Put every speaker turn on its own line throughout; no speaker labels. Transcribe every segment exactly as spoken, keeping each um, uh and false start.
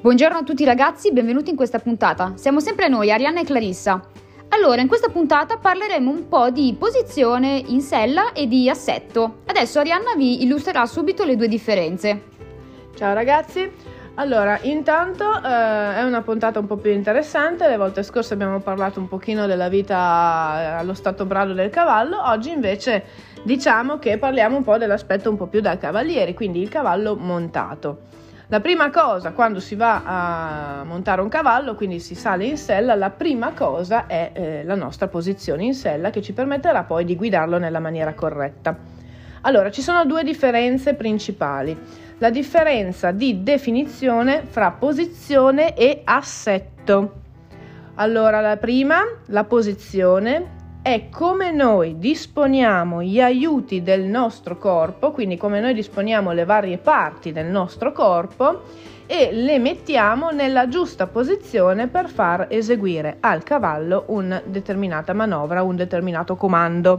Buongiorno a tutti ragazzi, benvenuti in questa puntata. Siamo sempre noi, Arianna e Clarissa. Allora, in questa puntata parleremo un po' di posizione in sella e di assetto. Adesso Arianna vi illustrerà subito le due differenze.
Ciao ragazzi, allora intanto eh, è una puntata un po' più interessante. Le volte scorse abbiamo parlato un pochino della vita allo stato brado del cavallo. Oggi invece diciamo che parliamo un po' dell'aspetto un po' più da cavalieri, quindi il cavallo montato. La prima cosa quando si va a montare un cavallo, quindi si sale in sella, la prima cosa è eh, la nostra posizione in sella, che ci permetterà poi di guidarlo nella maniera corretta. Allora, ci sono due differenze principali. La differenza di definizione fra posizione e assetto. Allora, la prima, la posizione, è come noi disponiamo gli aiuti del nostro corpo, quindi come noi disponiamo le varie parti del nostro corpo e le mettiamo nella giusta posizione per far eseguire al cavallo una determinata manovra, un determinato comando.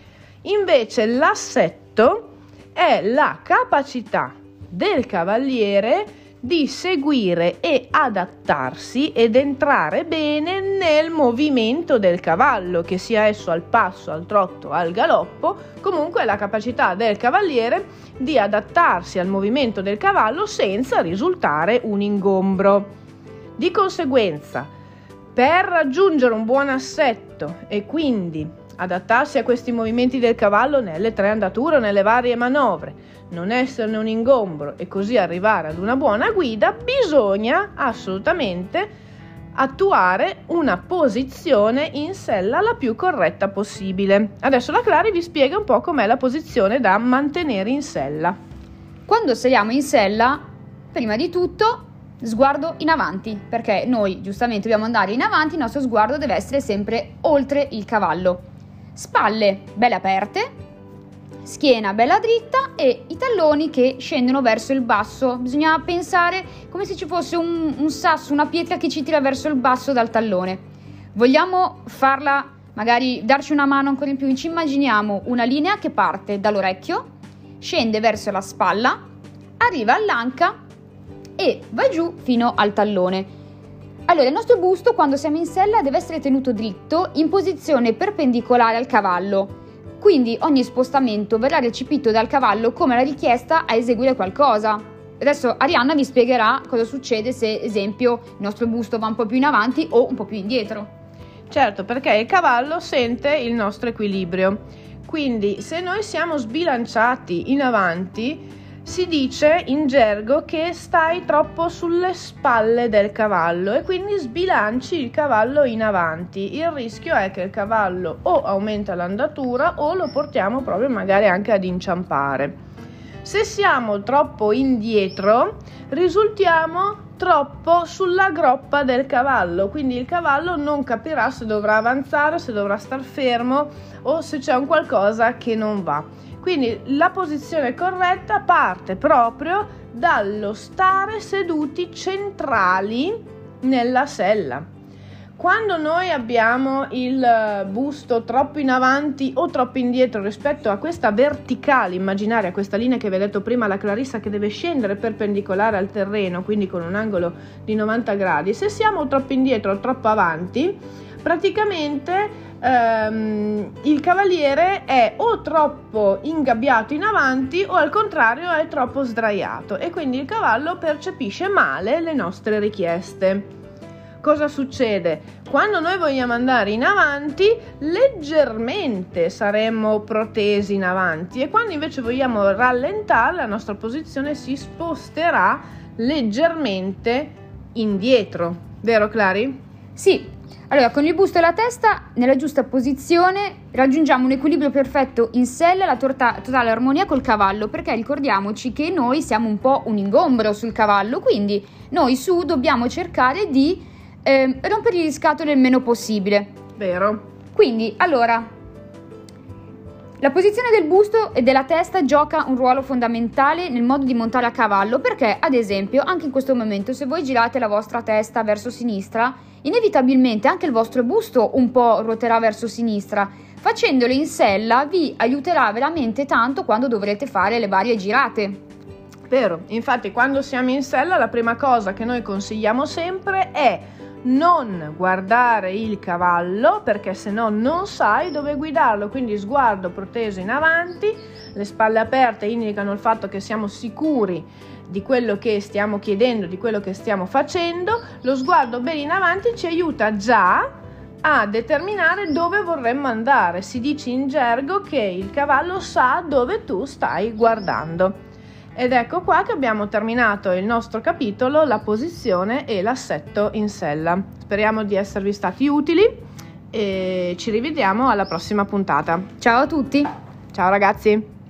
Invece l'assetto è la capacità del cavaliere di seguire e adattarsi ed entrare bene nel movimento del cavallo, che sia esso al passo, al trotto, al galoppo. Comunque è la capacità del cavaliere di adattarsi al movimento del cavallo senza risultare un ingombro. Di conseguenza, per raggiungere un buon assetto e quindi adattarsi a questi movimenti del cavallo nelle tre andature o nelle varie manovre, non esserne un ingombro e così arrivare ad una buona guida, bisogna assolutamente attuare una posizione in sella la più corretta possibile. Adesso la Clary vi spiega un po' com'è la posizione da mantenere in sella.
Quando saliamo in sella, prima di tutto sguardo in avanti, perché noi giustamente dobbiamo andare in avanti, il nostro sguardo deve essere sempre oltre il cavallo. Spalle belle aperte, schiena bella dritta e i talloni che scendono verso il basso. Bisogna pensare come se ci fosse un, un sasso, una pietra che ci tira verso il basso dal tallone. Vogliamo farla, magari darci una mano ancora in più, ci immaginiamo una linea che parte dall'orecchio, scende verso la spalla, arriva all'anca e va giù fino al tallone. Allora, il nostro busto quando siamo in sella deve essere tenuto dritto in posizione perpendicolare al cavallo. Quindi ogni spostamento verrà recepito dal cavallo come la richiesta a eseguire qualcosa. Adesso Arianna vi spiegherà cosa succede se, esempio, il nostro busto va un po' più in avanti o un po' più indietro.
Certo, perché il cavallo sente il nostro equilibrio. Quindi se noi siamo sbilanciati in avanti, si dice in gergo che stai troppo sulle spalle del cavallo e quindi sbilanci il cavallo in avanti. Il rischio è che il cavallo o aumenta l'andatura o lo portiamo proprio magari anche ad inciampare. Se siamo troppo indietro, risultiamo troppo sulla groppa del cavallo, quindi il cavallo non capirà se dovrà avanzare, se dovrà star fermo o se c'è un qualcosa che non va. Quindi la posizione corretta parte proprio dallo stare seduti centrali nella sella. Quando noi abbiamo il busto troppo in avanti o troppo indietro rispetto a questa verticale immaginaria, questa linea che vi ho detto prima la Clarissa, che deve scendere perpendicolare al terreno, quindi con un angolo di novanta gradi, se siamo troppo indietro o troppo avanti, praticamente ehm, il cavaliere è o troppo ingabbiato in avanti o al contrario è troppo sdraiato e quindi il cavallo percepisce male le nostre richieste. Cosa succede? Quando noi vogliamo andare in avanti, leggermente saremmo protesi in avanti e quando invece vogliamo rallentare, la nostra posizione si sposterà leggermente indietro. Vero Clary?
Sì. Allora, con il busto e la testa nella giusta posizione raggiungiamo un equilibrio perfetto in sella e la torta- totale armonia col cavallo, perché ricordiamoci che noi siamo un po' un ingombro sul cavallo, quindi noi su dobbiamo cercare di eh, rompergli le scatole il meno possibile.
Vero.
Quindi, allora, la posizione del busto e della testa gioca un ruolo fondamentale nel modo di montare a cavallo, perché, ad esempio, anche in questo momento, se voi girate la vostra testa verso sinistra, inevitabilmente anche il vostro busto un po' ruoterà verso sinistra. Facendolo in sella vi aiuterà veramente tanto quando dovrete fare le varie girate.
Vero, infatti quando siamo in sella la prima cosa che noi consigliamo sempre è non guardare il cavallo, perché se no non sai dove guidarlo, quindi sguardo proteso in avanti, le spalle aperte indicano il fatto che siamo sicuri di quello che stiamo chiedendo, di quello che stiamo facendo. Lo sguardo bene in avanti ci aiuta già a determinare dove vorremmo andare. Si dice in gergo che il cavallo sa dove tu stai guardando. Ed ecco qua che abbiamo terminato il nostro capitolo, la posizione e l'assetto in sella. Speriamo di esservi stati utili e ci rivediamo alla prossima puntata.
Ciao a tutti!
Ciao ragazzi!